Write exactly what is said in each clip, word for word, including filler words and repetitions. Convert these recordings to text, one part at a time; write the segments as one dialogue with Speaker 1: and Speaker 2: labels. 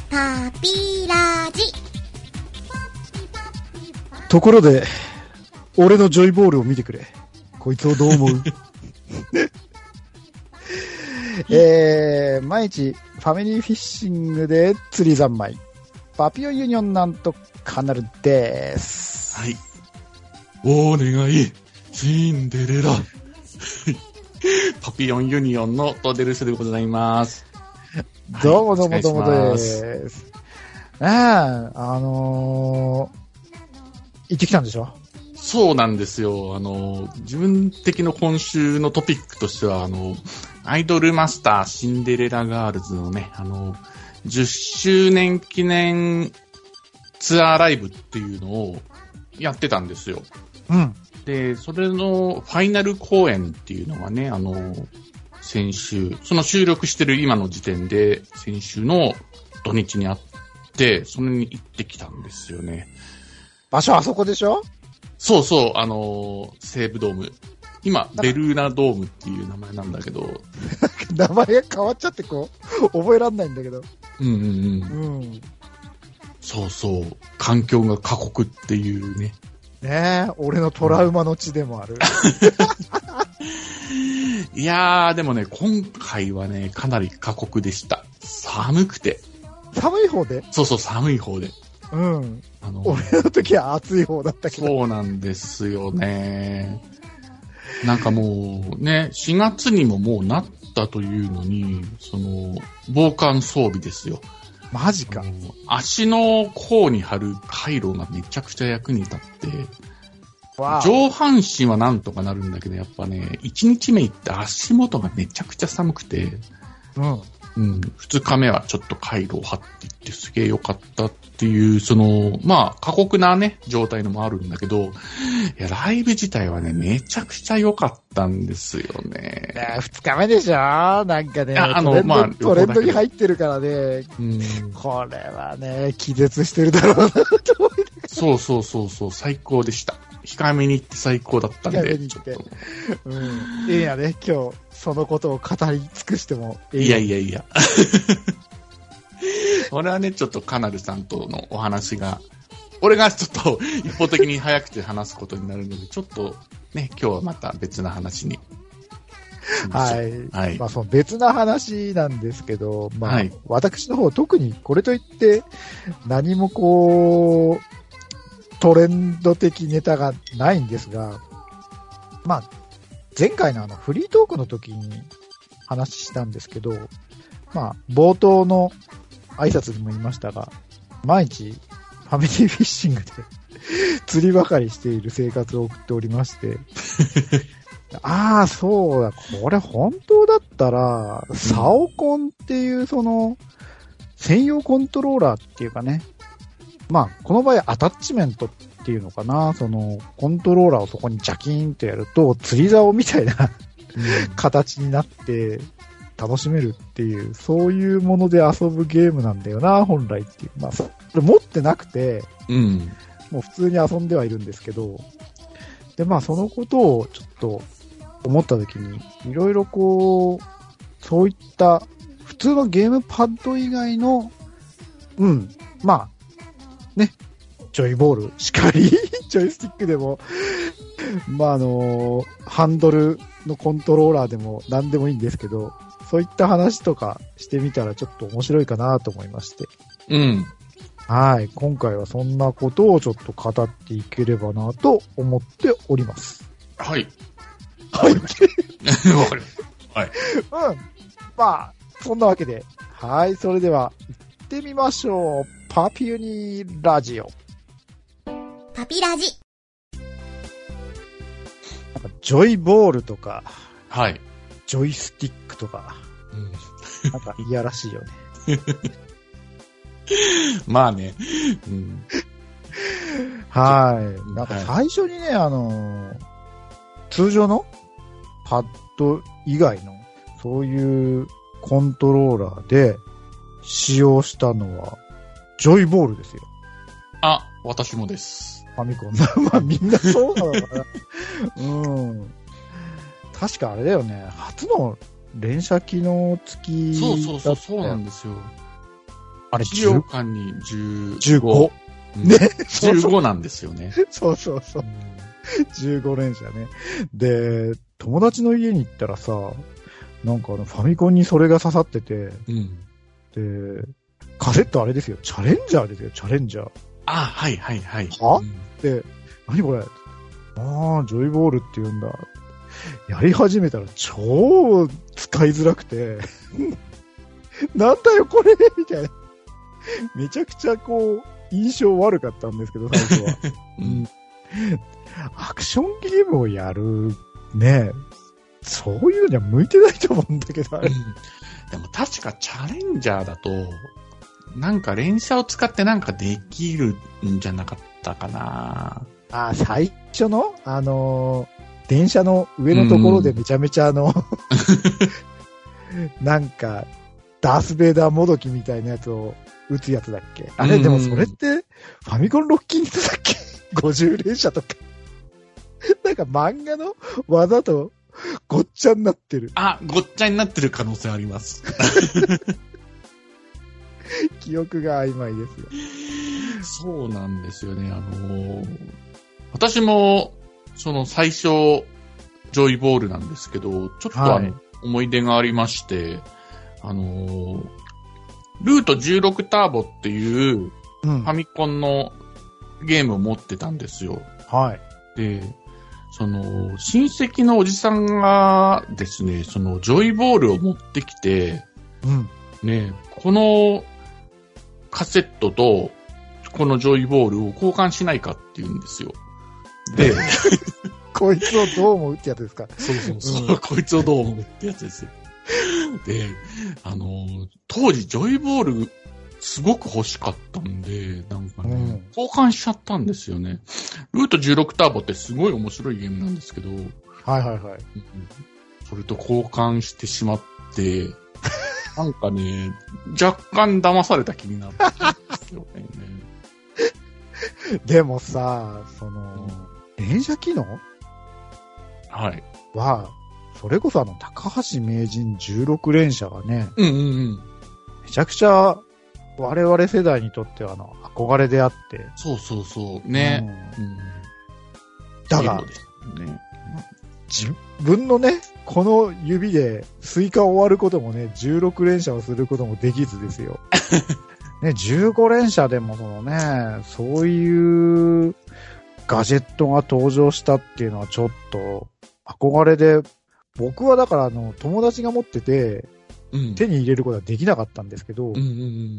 Speaker 1: パピラジ。
Speaker 2: ところで、俺のジョイボールを見てくれ。こいつをどう思うえー、毎日ファミリーフィッシングで釣り三昧。パピオユニオンなんとかなるです。
Speaker 3: はい。お願い、シンデレラ。パピオンユニオンのトデルスでございます。
Speaker 2: どうもどうもどうもです。ああ、あのー、行ってきたんでしょ？
Speaker 3: そうなんですよ。あの、自分的の今週のトピックとしては、あの、アイドルマスターシンデレラガールズのね、あの、じゅっしゅうねん記念ツアーライブっていうのをやってたんですよ。
Speaker 2: うん。
Speaker 3: で、それのファイナル公演っていうのがね、あの、先週、その収録してる今の時点で、先週の土日にあって、それに行ってきたんですよね。
Speaker 2: 場所あそこでしょ？
Speaker 3: そうそう、あの、西武ドーム。今、ベルーナドームっていう名前なんだけど。
Speaker 2: 名前が変わっちゃってこう、覚えらんないんだけど。
Speaker 3: うんうんうん。うん。そうそう、環境が過酷っていうね。
Speaker 2: ねえ、俺のトラウマの地でもある。
Speaker 3: いやー、でもね、今回はね、かなり過酷でした。寒くて。
Speaker 2: 寒い方で？
Speaker 3: そうそう、寒い方で。
Speaker 2: うん。あのー、俺の時は暑い方だったけど。
Speaker 3: そうなんですよね。なんかもうね、しがつにももうなったというのに、その、防寒装備ですよ。
Speaker 2: マジか。
Speaker 3: 足の甲に貼るカイロがめちゃくちゃ役に立って、上半身はなんとかなるんだけど、やっぱね、いちにちめ行って足元がめちゃくちゃ寒くて、
Speaker 2: うん。
Speaker 3: うん、ふつかめはちょっとカイロを貼っていってすげえ良かったっていう、その、まあ、過酷なね、状態のもあるんだけど、いや、ライブ自体はね、めちゃくちゃ良かったんですよね。
Speaker 2: ねふつかめでしょ？なんかね、
Speaker 3: あの、
Speaker 2: トレンド、
Speaker 3: まあ、
Speaker 2: トレンドに入ってるからね、
Speaker 3: うん、
Speaker 2: これはね、気絶してるだろうなと思いながら。
Speaker 3: そうそうそうそう、最高でした。控えめに行って最高だったんで。控えめに行って。
Speaker 2: うん。いいやね、今日、そのことを語り尽くしても
Speaker 3: いい。いやいやいや。俺はね、ちょっとカナルさんとのお話が、俺がちょっと一方的に早くて話すことになるので、ちょっとね、今日はまた別な話に。
Speaker 2: はい。はい。まあ、その別な話なんですけど、まあ、はい、私の方、特にこれといって、何もこう、トレンド的ネタがないんですが、まあ、前回のあのフリートークの時に話したんですけど、まあ、冒頭の挨拶でも言いましたが、毎日ファミリーフィッシングで釣りばかりしている生活を送っておりまして、ああ、そうだ、これ本当だったら、サオコンっていうその、専用コントローラーっていうかね、まあ、この場合アタッチメントっていうのかな、その、コントローラーをそこにジャキーンとやると、釣り竿みたいな形になって楽しめるっていう、そういうもので遊ぶゲームなんだよな、本来っていう。まあ、それ持ってなくて、うん、もう普通に遊んではいるんですけど、で、まあ、そのことをちょっと思った時に、いろいろこう、そういった普通のゲームパッド以外の、うん、まあ、ね、ジョイボールしかり、ジョイスティックでも、まああのー、ハンドルのコントローラーでも何でもいいんですけど、そういった話とかしてみたらちょっと面白いかなと思いまして。
Speaker 3: うん。
Speaker 2: はい。今回はそんなことをちょっと語っていければなと思っております。
Speaker 3: はい。
Speaker 2: はい。
Speaker 3: わかりました。はい。
Speaker 2: うん。まあ、そんなわけで、はい。それでは、行ってみましょう。パピユニラジオ。
Speaker 1: パピラジ。
Speaker 2: なんかジョイボールとか、
Speaker 3: はい。
Speaker 2: ジョイスティックとか、うん、なんかいやらしいよね。
Speaker 3: まあね。うん、
Speaker 2: はい。なんか最初にね、あのー、通常のパッド以外の、そういうコントローラーで使用したのは、ジョイボールですよ。
Speaker 3: あ、私もです。
Speaker 2: ファミコン。まあみんなそうなのかな。うん。確かあれだよね。初の連射機能付きだった。
Speaker 3: そうそうそう、そうなんですよ。
Speaker 2: あれ、
Speaker 3: 資料館にじゅうご。
Speaker 2: じゅうご。
Speaker 3: ね。じゅうごなんですよね。
Speaker 2: そうそうそう。じゅうご連射ね。で、友達の家に行ったらさ、なんかあのファミコンにそれが刺さってて、うん、で、カセットあれですよ、チャレンジャーですよ、チャレンジャー。
Speaker 3: あ、はいはいはい。
Speaker 2: は、うん、で、何これ、ああ、ジョイボールって言うんだ。やり始めたら超使いづらくて、なんだよこれみたいな。めちゃくちゃこう、印象悪かったんですけど、最初は。うん、アクションゲームをやる、ね、そういうのには向いてないと思うんだけど、あれ。うん、
Speaker 3: でも確かチャレンジャーだと、なんか連射を使ってなんかできるんじゃなかったかな。
Speaker 2: あ、最初のあのー、電車の上のところでめちゃめちゃあの、なんか、ダースベイダーもどきみたいなやつを撃つやつだっけあれ、でもそれって、ファミコンロッキングだっけ ?ごじゅう 連射とか。なんか漫画の技とごっちゃになってる。
Speaker 3: あ、ごっちゃになってる可能性あります。
Speaker 2: 記憶が曖昧です
Speaker 3: よ。そうなんですよね。あのー、私も、その最初、ジョイボールなんですけど、ちょっとあの、はい、思い出がありまして、あのー、ルートじゅうろくターボっていう、ファミコンのゲームを持ってたんですよ。
Speaker 2: はい。
Speaker 3: で、その、親戚のおじさんがですね、その、ジョイボールを持ってきて、うん。ね、このカセットと、このジョイボールを交換しないかって言うんですよ。で、
Speaker 2: こいつをどう思うってやつですか？
Speaker 3: そうそうそう、うん、こいつをどう思うってやつですよ。で、あの、当時ジョイボールすごく欲しかったんで、なんかね、うん、交換しちゃったんですよね。ルートじゅうろくターボってすごい面白いゲームなんですけど、
Speaker 2: はいはいはい。
Speaker 3: それと交換してしまって、なんかね、若干騙された気になったんですよね。
Speaker 2: でもさ、その、連射機能
Speaker 3: はい。
Speaker 2: は、それこそあの、高橋名人じゅうろく連射がね、
Speaker 3: うんうんうん。
Speaker 2: めちゃくちゃ、我々世代にとってはあの、憧れであって。
Speaker 3: そうそうそうね。うんうん、
Speaker 2: だが、ね、自分のね、この指でスイカを終わることもね、じゅうろく連射をすることもできずですよ。ね、じゅうご連射でもそのね、そういうガジェットが登場したっていうのはちょっと憧れで、僕はだからあの、友達が持ってて、うん、手に入れることはできなかったんですけど、うんうんうん、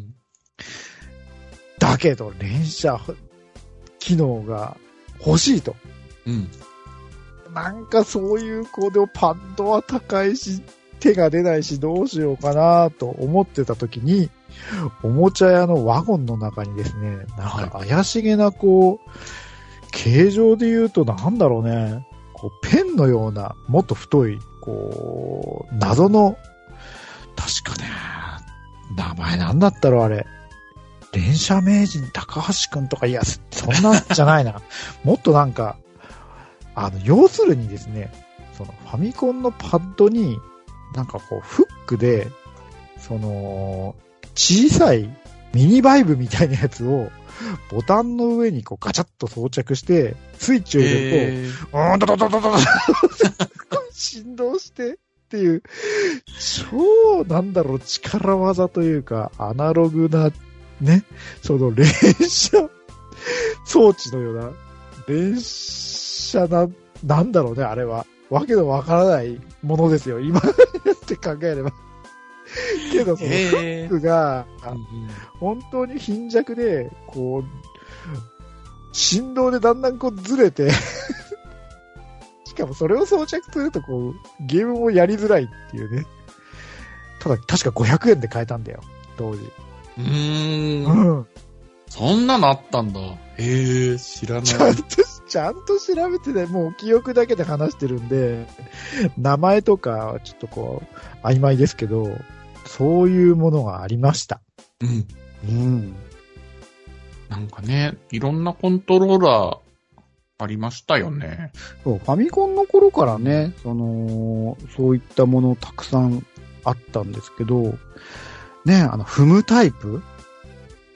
Speaker 2: だけど連射機能が欲しいと。うん、なんかそういう子でもパッドは高いし、手が出ないしどうしようかなと思ってた時に、おもちゃ屋のワゴンの中にですね、なんか怪しげなこう、形状で言うとなんだろうね、こうペンのような、もっと太い、こう、謎の、確かね、名前なんだったろうあれ。連射名人高橋くんとか、いや、そんなんじゃないな。もっとなんか、あの、要するにですね、そのファミコンのパッドに、なんかこう、フックで、その、小さいミニバイブみたいなやつを、ボタンの上にこうガチャッと装着して、スイッチを入れると、えー、うーん、ドドドドドド振動してっていう、超なんだろう、力技というか、アナログな、ね、その連射装置のような、連射な、なんだろうね、あれは。わけのわからないものですよ、今って考えれば。けど、そのフックが、本当に貧弱で、こう、振動でだんだんこうずれて、しかもそれを装着すると、こう、ゲームもやりづらいっていうね。ただ、確かごひゃくえんで買えたんだよ、当時。
Speaker 3: うーん。うん。そんなのあったんだ。へえ、知らない。
Speaker 2: ちゃんと、ちゃんと調べてね、もう記憶だけで話してるんで、名前とか、ちょっとこう、曖昧ですけど、そういうものがありました。
Speaker 3: うん。
Speaker 2: うん。
Speaker 3: なんかね、いろんなコントローラーありましたよね。
Speaker 2: そう、ファミコンの頃からね、その、そういったものたくさんあったんですけど、ね、あの、踏むタイプ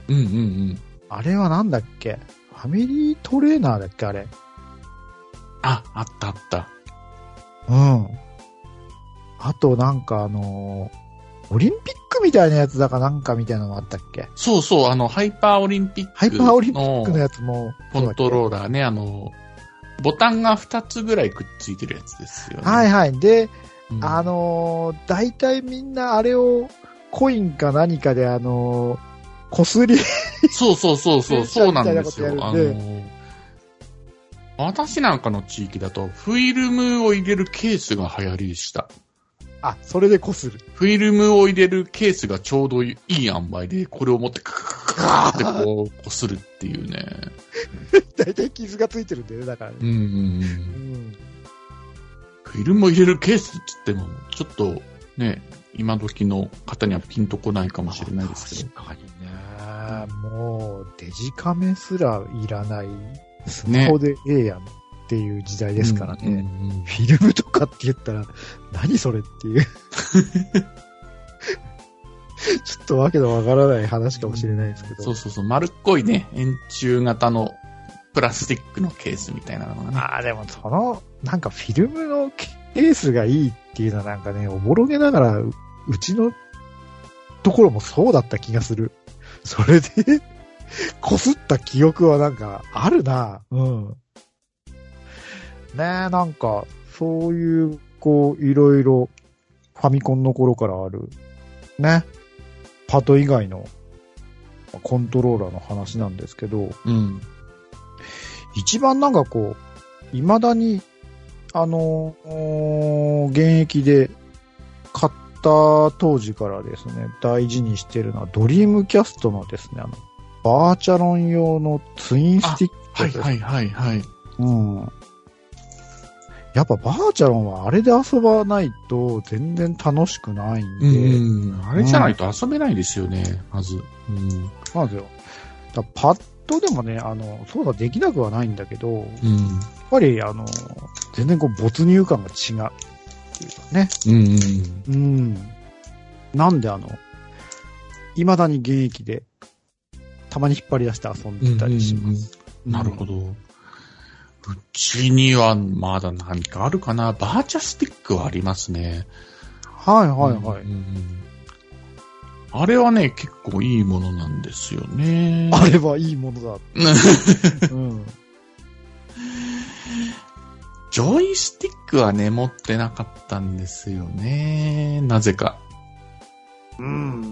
Speaker 3: うんうんうん。
Speaker 2: あれはなんだっけ？ファミリートレーナーだっけあれ。
Speaker 3: あ、あったあった。
Speaker 2: うん。あとなんかあのー、オリンピックみたいなやつだかなんかみたいなのもあったっけ？
Speaker 3: そうそう、あの、ハイパーオリンピック。
Speaker 2: ハイパーオリンピックのやつも。
Speaker 3: コントローラーね、あの、ボタンがふたつぐらいくっついてるやつですよね。
Speaker 2: はいはい。で、
Speaker 3: うん、
Speaker 2: あのー、大体みんなあれをコインか何かであのー、こすり。
Speaker 3: そうそうそうそう、そうなんですよ。あのー、私なんかの地域だと、フィルムを入れるケースが流行りでした。
Speaker 2: あ、それでこする。
Speaker 3: フィルムを入れるケースがちょうどいい塩梅で、これを持ってカーカーってこう、こするっていうね。
Speaker 2: 大体傷がついてるんだよね、だからね。
Speaker 3: うんうんうん。うん、フィルムを入れるケースって言っても、ちょっとね、今時の方にはピンとこないかもしれないですけど。
Speaker 2: 確かにね。もう、デジカメすらいらない、スマホでええやんっていう時代ですからね。ねうんうんうん、フィルムとかって言ったら、何それっていう。ちょっとわけのわからない話かもしれないですけど。
Speaker 3: そうそうそう、丸っこいね、円柱型のプラスチックのケースみたいなのがね。
Speaker 2: ああ、でもその、なんかフィルムのケースがいいっていうのはなんかね、おぼろげながら、うちのところもそうだった気がする。それで、こすった記憶はなんかあるな。うん。ねえ、なんか、そういう、こう、いろいろ、ファミコンの頃からある、ね、パッド以外のコントローラーの話なんですけど、
Speaker 3: うん。
Speaker 2: 一番なんかこう、未だに、あのー、現役で買った当時からですね、大事にしてるのは、ドリームキャストのですね、あの、バーチャロン用のツインスティックです。
Speaker 3: はいはいはいはい。
Speaker 2: うん。やっぱバーチャロンはあれで遊ばないと全然楽しくないんで。
Speaker 3: うん。あれじゃないと遊べないですよね、うん、まず。うん。
Speaker 2: なんですよ。だパッドでもね、あの、操作できなくはないんだけど、うん、やっぱりあの、全然こう没入感が違うっていうかね。
Speaker 3: うん、うん。
Speaker 2: うん。なんであの、未だに現役で、たまに引っ張り出して遊んでたりします。
Speaker 3: うんうんうん、なるほど。うちにはまだ何かあるかな。バーチャスティックはありますね。
Speaker 2: はいはいはい。
Speaker 3: うんうん、あれはね、結構いいものなんですよね。
Speaker 2: あれはいいものだ。うん、
Speaker 3: ジョイスティックはね、持ってなかったんですよね。なぜか。
Speaker 2: うん、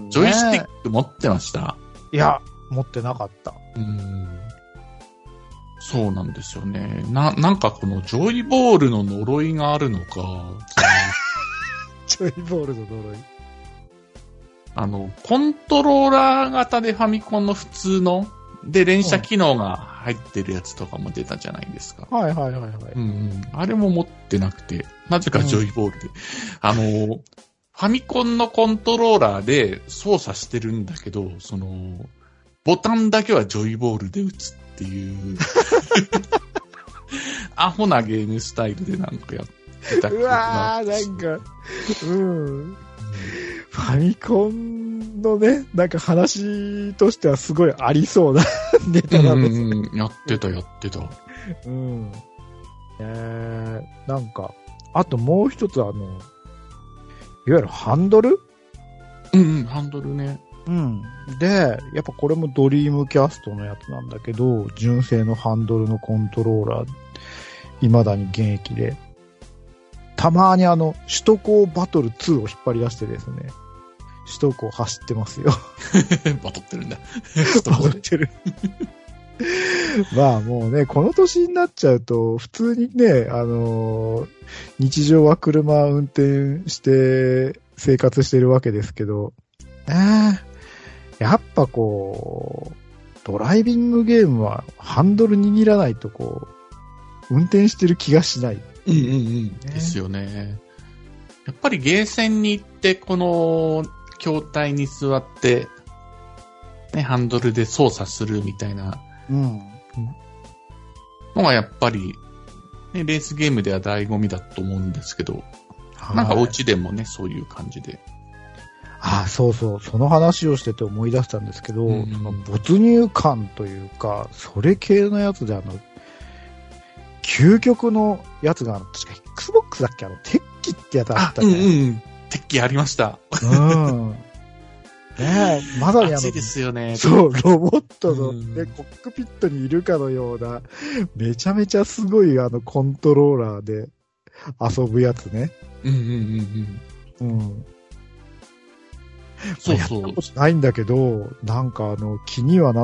Speaker 3: ジョイスティック持ってました？
Speaker 2: いや、持ってなかった。
Speaker 3: うんそうなんですよね。な、なんかこのジョイボールの呪いがあるのか。
Speaker 2: ジョイボールの呪い。
Speaker 3: あの、コントローラー型でファミコンの普通の、で連射機能が入ってるやつとかも出たじゃないですか。
Speaker 2: はいはいはいはい。
Speaker 3: うんうん。あれも持ってなくて、なぜかジョイボールで。うん、あの、ファミコンのコントローラーで操作してるんだけど、その、ボタンだけはジョイボールで打つっていうアホなゲームスタイルでなんかやってた
Speaker 2: うわーなんかうん、うん、ファミコンのねなんか話としてはすごいありそうなネタなんですね、うん
Speaker 3: うん、やってたやってた
Speaker 2: うんえー、なんかあともう一つあのいわゆるハンドル
Speaker 3: うんうんハンドルね
Speaker 2: うん。で、やっぱこれもドリームキャストのやつなんだけど、純正のハンドルのコントローラー、未だに現役で、たまにあの、首都高バトルツーを引っ張り出してですね、首都高走ってますよ。
Speaker 3: バトってるんだ。
Speaker 2: バトってる。まあもうね、この年になっちゃうと、普通にね、あのー、日常は車運転して生活してるわけですけど、えーやっぱこう、ドライビングゲームはハンドル握らないとこう、運転してる気がしない。
Speaker 3: うんうんうん。ね、ですよね。やっぱりゲーセンに行って、この、筐体に座って、ね、ハンドルで操作するみたいな、うん。のがやっぱり、ね、レースゲームでは醍醐味だと思うんですけど、はい、なんかお家でもね、そういう感じで。
Speaker 2: あああ、そうそう。その話をしてて思い出したんですけど、うん、没入感というか、それ系のやつであの、究極のやつが、確か Xbox だっけあの、鉄器ってやつあったじゃん。うんうん。
Speaker 3: 鉄器ありました。
Speaker 2: うん。ねえ、まさにあの、
Speaker 3: 熱いですよね。
Speaker 2: そう、ロボットの、ね、コックピットにいるかのような、めちゃめちゃすごいあの、コントローラーで遊ぶやつね。
Speaker 3: うんうんうんうん。うん。
Speaker 2: そうそう。やったことないんだけど、なんかあの、気にはなって、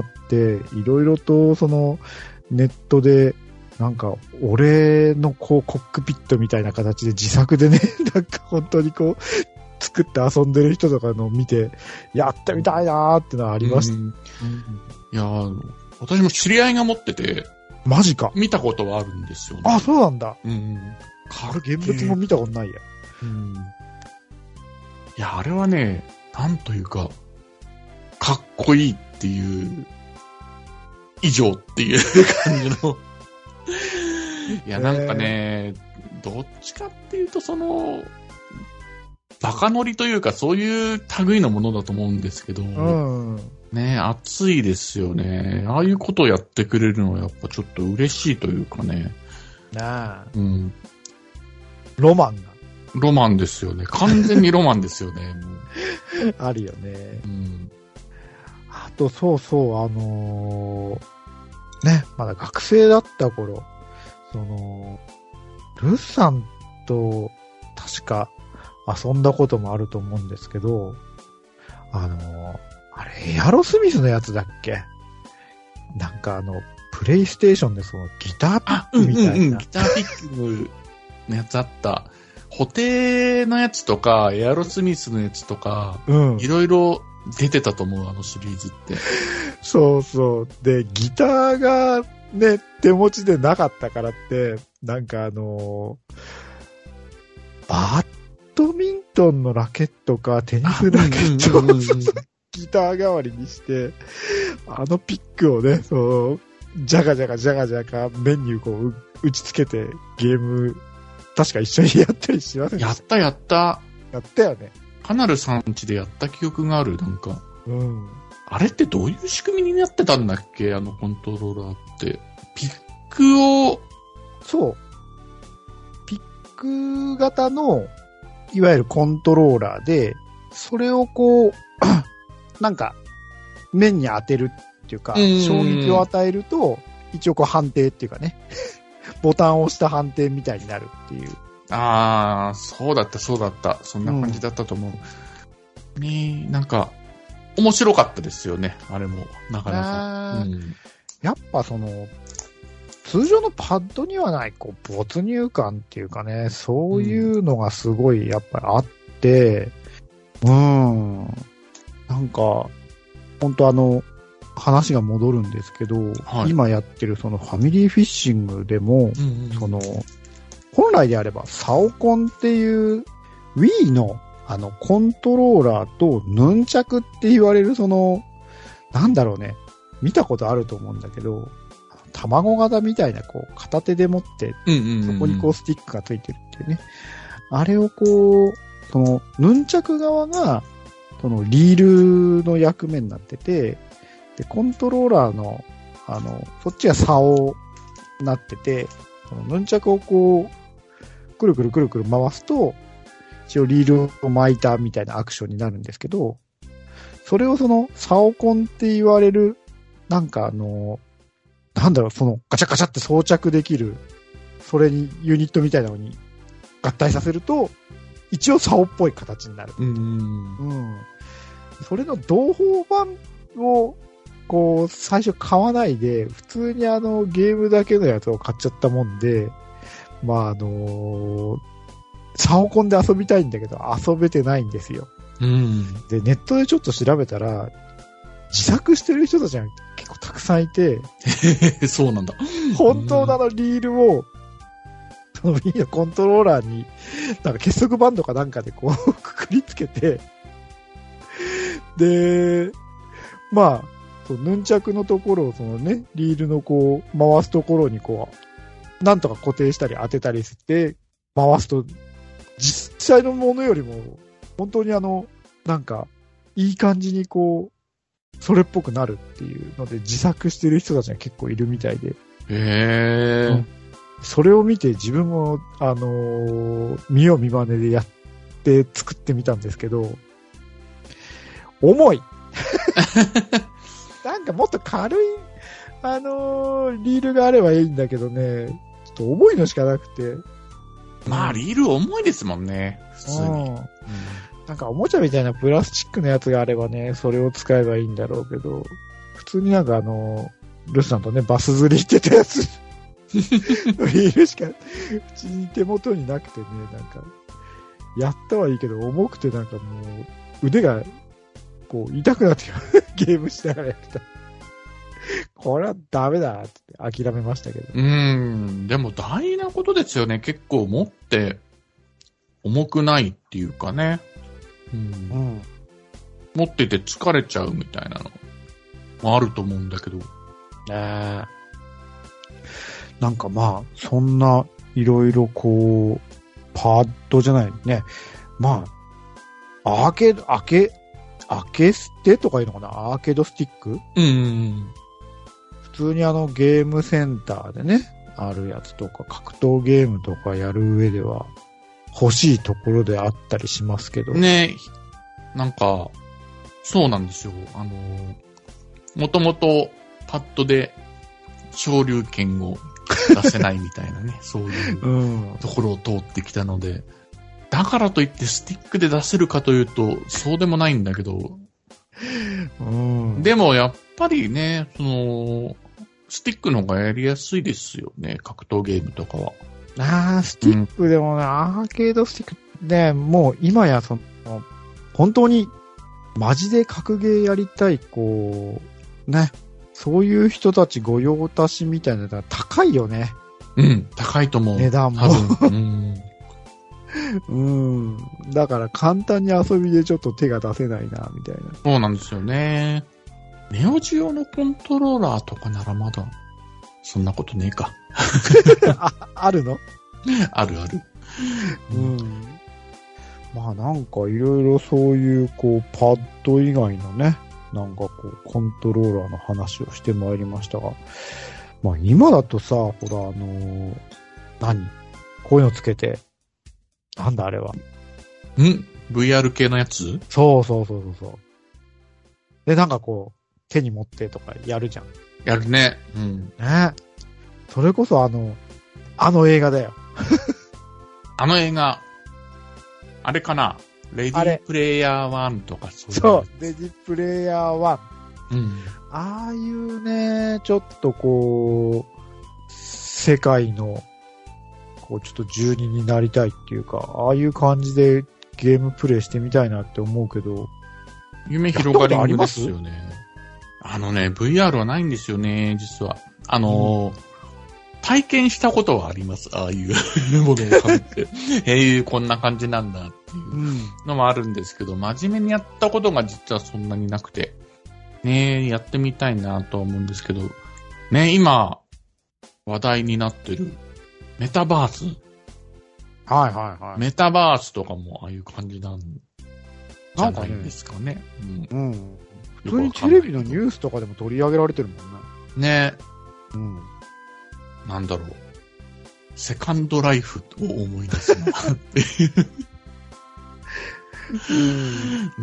Speaker 2: いろいろとその、ネットで、なんか、俺のこう、コックピットみたいな形で自作でね、なんか本当にこう、作って遊んでる人とかのを見て、やってみたいなーってのはありました。うんうん、
Speaker 3: いやー、私も知り合いが持ってて、
Speaker 2: マジか。
Speaker 3: 見たことはあるんですよね。
Speaker 2: あ、そうなんだ。
Speaker 3: うん。
Speaker 2: これ現物も見たことないや。うん。
Speaker 3: いや、あれはね、なんというか、かっこいいっていう、以上っていう感じの。いや、なんかね、どっちかっていうと、その、バカ乗りというか、そういう類のものだと思うんですけど、うん、ね、熱いですよね。ああいうことをやってくれるのはやっぱちょっと嬉しいというかね。
Speaker 2: なあ。
Speaker 3: うん。
Speaker 2: ロマンが。
Speaker 3: ロマンですよね。完全にロマンですよね。
Speaker 2: もうあるよね。うん。あと、そうそう、あのー、ね、まだ学生だった頃、その、ルッさんと、確か、遊んだこともあると思うんですけど、あの、あれ、エアロスミスのやつだっけ？なんかあの、プレイステーションでそのギターピックみたいな。うんうんうん、
Speaker 3: ギターピックのやつあった。補定のやつとか、エアロスミスのやつとか、いろいろ出てたと思う、あのシリーズって。
Speaker 2: そうそう。で、ギターがね、手持ちでなかったからって、なんかあのー、バッバドミントンのラケットかテニスラケットをギター代わりにして、あのピックをね、そう、ジャガジャガジャガジャガ面にこう打ちつけてゲーム、確か一緒にやったりしませんでした？
Speaker 3: やったやった。
Speaker 2: やったよね。
Speaker 3: カナルさん家でやった記憶がある、なんか。
Speaker 2: うん。
Speaker 3: あれってどういう仕組みになってたんだっけ、あのコントローラーって。ピックを、
Speaker 2: そう。ピック型の、いわゆるコントローラーで、それをこう、なんか、面に当てるっていうか、衝撃を与えると、一応こう判定っていうかね、ボタンを押した判定みたいになるっていう。
Speaker 3: ああ、そうだった、そうだった。そんな感じだったと思う。うん、ね、なんか、面白かったですよね、あれも、なかなか。うん、
Speaker 2: やっぱその、通常のパッドにはない、こう、没入感っていうかね、そういうのがすごいやっぱりあって、うん、んなんか、本当あの、話が戻るんですけど、はい、今やってるそのファミリーフィッシングでも、うんうん、その、本来であれば、サオコンっていう Wii のあの、コントローラーとヌンチャクって言われるその、なんだろうね、見たことあると思うんだけど、卵型みたいな、こう、片手で持って、そこにこうスティックがついてるっていうね。あれをこう、その、ヌンチャク側が、その、リールの役目になってて、で、コントローラーの、あの、そっちが竿になってて、そのヌンチャクをこう、くるくるくるくる回すと、一応リールを巻いたみたいなアクションになるんですけど、それをその、サオコンって言われる、なんかあの、なんだろう、そのガチャガチャって装着できる、それにユニットみたいなのに合体させると、一応竿っぽい形になる。
Speaker 3: うん。
Speaker 2: うん。それの同胞版を、こう、最初買わないで、普通にあの、ゲームだけのやつを買っちゃったもんで、まああのー、サオコンで遊びたいんだけど、遊べてないんですよ。
Speaker 3: うん。
Speaker 2: で、ネットでちょっと調べたら、自作してる人たちが結構たくさんいて、
Speaker 3: そうなんだ。
Speaker 2: 本当のあのリールを、その Wii のコントローラーに、なんか結束バンドかなんかでこう、くくりつけて、で、まあ、ヌンチャクのところをそのね、リールのこう、回すところにこう、なんとか固定したり当てたりして、回すと、実際のものよりも、本当にあの、なんか、 いい感じにこう、それっぽくなるっていうので自作してる人たちが結構いるみたいで。
Speaker 3: へー。うん、
Speaker 2: それを見て自分も、あのー、見よう見まねでやって作ってみたんですけど、重いなんかもっと軽い、あのー、リールがあればいいんだけどね、ちょっと重いのしかなくて。
Speaker 3: まあ、リール重いですもんね、普通に。うん、
Speaker 2: なんかおもちゃみたいなプラスチックのやつがあればね、それを使えばいいんだろうけど、普通になんかあの、ルスさんとね、バス釣り行ってたやつ、リールしか、うちに手元になくてね、なんか、やったはいいけど、重くてなんかもう、腕が、こう、痛くなってゲームしながらやってた。これはダメだって諦めましたけど。
Speaker 3: うーん、でも大事なことですよね。結構持って、重くないっていうかね。うんうん、持ってて疲れちゃうみたいなのもあると思うんだけど。
Speaker 2: ね、なんかまあ、そんないろいろこう、パッドじゃないね。まあ、アーケード、アーケ、アーケステとかいうのかな、アーケードスティック、
Speaker 3: うん。
Speaker 2: 普通にあのゲームセンターでね、あるやつとか、格闘ゲームとかやる上では、欲しいところであったりしますけど。
Speaker 3: ね、なんか、そうなんですよ。あの、もともとパッドで昇竜拳を出せないみたいなね、そういうところを通ってきたので、だからといってスティックで出せるかというと、そうでもないんだけど、うん、でもやっぱりね、その、スティックの方がやりやすいですよね、格闘ゲームとかは。
Speaker 2: ああ、スティックでもね、うん、アーケードスティックね、もう今やその、本当に、マジで格ゲーやりたい、こう、ね、そういう人たち御用達みたいなのが高いよね。
Speaker 3: うん、高いと思う。
Speaker 2: 値段も。
Speaker 3: うん、
Speaker 2: うん。だから簡単に遊びでちょっと手が出せないな、みたいな。
Speaker 3: そうなんですよね。ネオジオのコントローラーとかならまだ、そんなことねえか。
Speaker 2: あ, あるの
Speaker 3: あるある。
Speaker 2: うん。まあなんかいろいろそういうこうパッド以外のね、なんかこうコントローラーの話をしてまいりましたが、まあ今だとさ、ほらあのー、何こういうのつけて、なんだあれは。ん
Speaker 3: ブイアール 系のやつ？
Speaker 2: そうそうそうそうそう。でなんかこう、手に持ってとかやるじゃん。
Speaker 3: やるね。うん。
Speaker 2: ね。それこそあの、あの映画だよ。
Speaker 3: あの映画、あれかな、レディープレイヤーワンとかそういう。
Speaker 2: そう、レディープレイヤーワ
Speaker 3: ン。うん。
Speaker 2: ああいうね、ちょっとこう、世界の、こうちょっと住人になりたいっていうか、ああいう感じでゲームプレイしてみたいなって思うけど。
Speaker 3: 夢広がりますよね。あのね、ブイアール はないんですよね、実は。あのー、うん、体験したことはあります。ああいうものを買って。へえ、こんな感じなんだっていうのもあるんですけど、真面目にやったことが実はそんなになくて。ねえ、やってみたいなとは思うんですけど、ね、今、話題になってる、メタバース。
Speaker 2: はいはいはい。
Speaker 3: メタバースとかもああいう感じなんじゃないですかね。
Speaker 2: うん。うん。普通にテレビのニュースとかでも取り上げられてるもん
Speaker 3: ね。ね。
Speaker 2: うん。
Speaker 3: なんだろう。セカンドライフを思い出すなっていううん、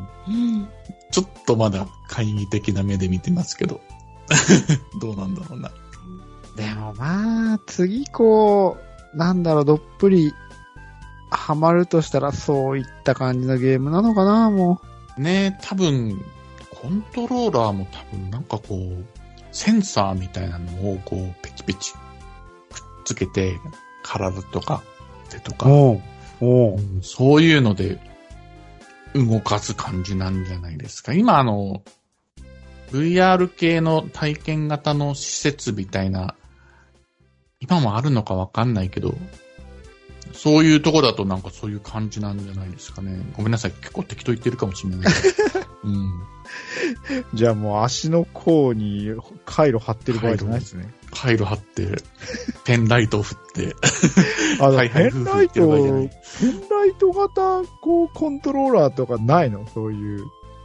Speaker 3: うん。ちょっとまだ懐疑的な目で見てますけど。どうなんだろうな。
Speaker 2: でもまあ、次こう、なんだろう、どっぷりハマるとしたらそういった感じのゲームなのかな、も
Speaker 3: う。ねえ、多分、コントローラーも多分なんかこう、センサーみたいなのをこう、ペチペチくっつけて、体とか手とか、
Speaker 2: おうおう、
Speaker 3: うん、そういうので動かす感じなんじゃないですか。今あの、ブイアール 系の体験型の施設みたいな、今もあるのかわかんないけど、そういうとこだとなんかそういう感じなんじゃないですかね。ごめんなさい、結構適当言ってるかもしれないけど。うん。
Speaker 2: じゃあもう足の甲に回路貼ってる場合じゃないですね。
Speaker 3: 回路貼って、ペンライトを振って。
Speaker 2: あの、はいはい、ペンライト、ペンライト型こうコントローラーとかないの？そういう。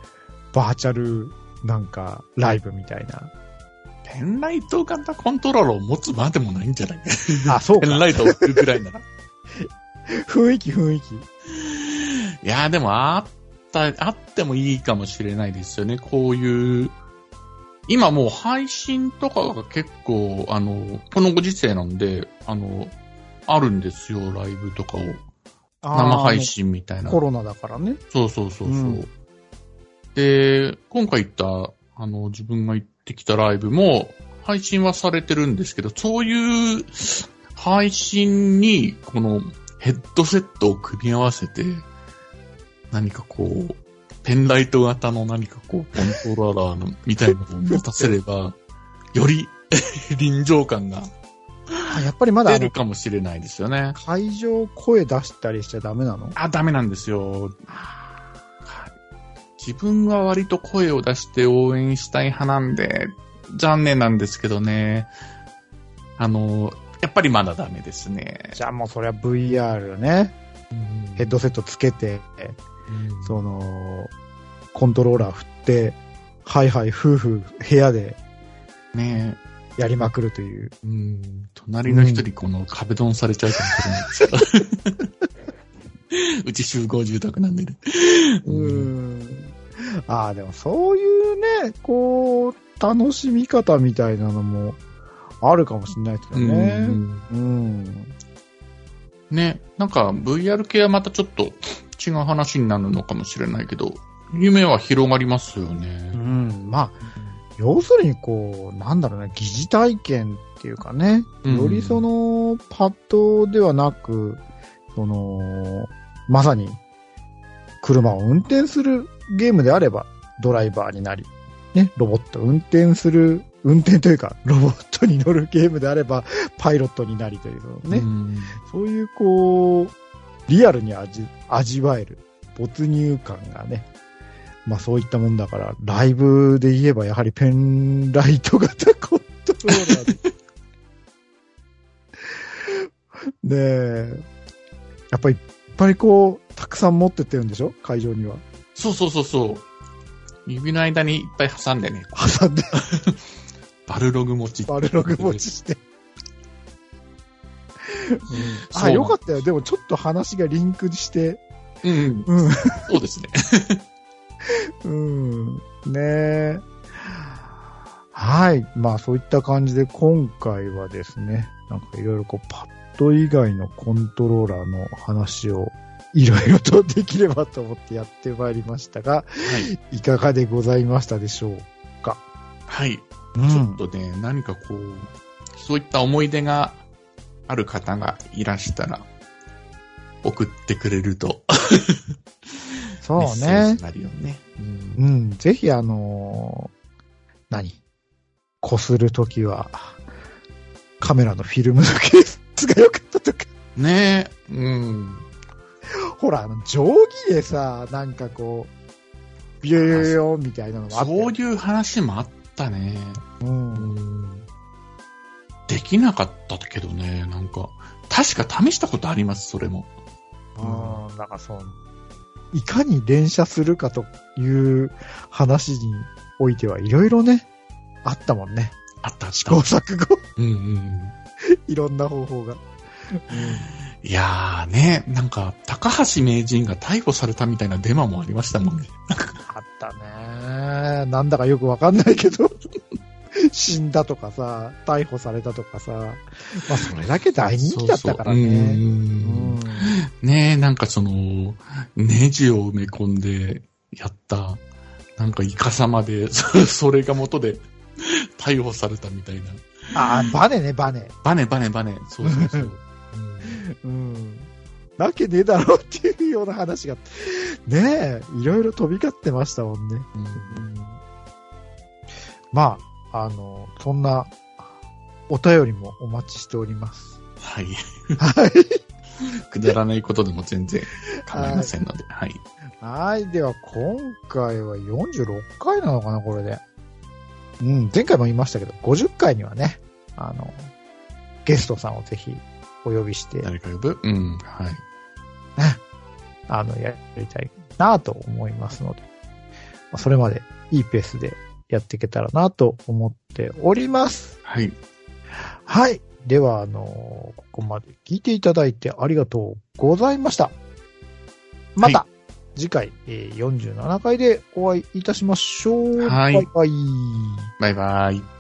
Speaker 2: バーチャルなんかライブみたいな。
Speaker 3: ペンライト型コントローラーを持つまでもないんじゃない
Speaker 2: あ、そうか。
Speaker 3: ペンライトを置くぐらいなら。
Speaker 2: 雰囲気雰囲気。
Speaker 3: いやーでもあった、あってもいいかもしれないですよね。こういう、今もう配信とかが結構、あの、このご時世なんで、あの、あるんですよ、ライブとかを。生配信みたいな。
Speaker 2: コロナだからね。
Speaker 3: そうそうそうそう。うん、で、今回行った、あの、自分が行ってきたライブも、配信はされてるんですけど、そういう配信に、このヘッドセットを組み合わせて、何かこう、ペンライト型の何かこう、コントローラーのみたいなのを持たせれば、より臨場感が
Speaker 2: やっぱりまだ
Speaker 3: 出るかもしれないですよね。
Speaker 2: 会場声出したりしちゃダメなの？
Speaker 3: あ、ダメなんですよ。自分は割と声を出して応援したい派なんで、残念なんですけどね。あの、やっぱりまだダメですね。
Speaker 2: じゃあもうそれは ブイアール ね。うん、ヘッドセットつけて、うん、その、コントローラー振って、はいはい夫婦部屋で、ねやりまくるという。
Speaker 3: うん、隣の人にこの壁ドンされちゃうかもしれないですけど。うち集合住宅なんでね。
Speaker 2: うん。ああ、でもそういうね、こう、楽しみ方みたいなのもあるかもしれないですよね。うん。うん、
Speaker 3: ね、なんか ブイアール 系はまたちょっと違う話になるのかもしれないけど、夢は広がりますよね。
Speaker 2: うん。まあ、要するにこう、なんだろうね、疑似体験っていうかね、よりその、パッドではなく、その、まさに、車を運転するゲームであれば、ドライバーになり、ね、ロボット運転する、運転というか、ロボットに乗るゲームであれば、パイロットになりというのね、うん、そういうこう、リアルに味、味わえる、没入感がね、まあそういったもんだから、ライブで言えばやはりペンライト型コントローラーで。ねえ。やっぱりいっぱいこう、たくさん持ってってるんでしょ会場には。
Speaker 3: そうそうそうそう。指の間にいっぱい挟んでね。
Speaker 2: 挟んで。
Speaker 3: バルログ持ち。
Speaker 2: バルログ持ちして。うん、あ、よかったよ。でもちょっと話がリンクして。
Speaker 3: うん。うん、そうですね。
Speaker 2: うん。ねえ。はい。まあそういった感じで今回はですね、なんかいろいろこうパッド以外のコントローラーの話をいろいろとできればと思ってやってまいりましたが、はい、いかがでございましたでしょうか？
Speaker 3: はい。うん、ちょっとね、何かこう、そういった思い出がある方がいらしたら、送ってくれると。
Speaker 2: そうね。
Speaker 3: メッセージなるよね。
Speaker 2: うん、うん。ぜひあのー、何こするときは、カメラのフィルムのケースが良かったとか。
Speaker 3: ねえ。うん。
Speaker 2: ほら、あの、定規でさ、なんかこう、ビヨヨヨみたいなのがあった。
Speaker 3: そういう話もあったね。うん。できなかったけどね、なんか、確か試したことあります、それも。
Speaker 2: ああ、なんかそう。いかに連写するかという話においてはいろいろね、あったもんね。
Speaker 3: あったあった。
Speaker 2: 試行錯誤。
Speaker 3: うんうん。
Speaker 2: いろんな方法が。うん、
Speaker 3: いやーね、なんか、高橋名人が逮捕されたみたいなデマもありましたもんね。
Speaker 2: あったね。なんだかよくわかんないけど。死んだとかさ、逮捕されたとかさ、まあそれだけ大人気だったからね。そうそう、うん、
Speaker 3: ねえ、なんかその、ネジを埋め込んでやった、なんかイカサマで、それが元で逮捕されたみたいな。
Speaker 2: ああ、バネね、バネ。
Speaker 3: バネ、バネ、バネ。そうそうそう。
Speaker 2: うん。なけねえだろうっていうような話が、ねえ、いろいろ飛び交ってましたもんね。うん、まあ、あの、そんな、お便りもお待ちしております。
Speaker 3: はい。
Speaker 2: はい。
Speaker 3: くだらないことでも全然構いませんので、はい。
Speaker 2: はい。では、今回はよんじゅうろっかいなのかな、これで。うん、前回も言いましたけど、ごじゅっかいにはね、あの、ゲストさんをぜひお呼びして。
Speaker 3: 誰か呼ぶ？うん、はい。
Speaker 2: ね。あの、やりたいなと思いますので。 それまでいいペースでやっていけたらなと思っております。
Speaker 3: はい。
Speaker 2: はい。では、あのー、ここまで聞いていただいてありがとうございました。また、はい、次回、えー、よんじゅうななかいでお会いいたしましょう。
Speaker 3: はい。
Speaker 2: バイバイ。
Speaker 3: バイバイ。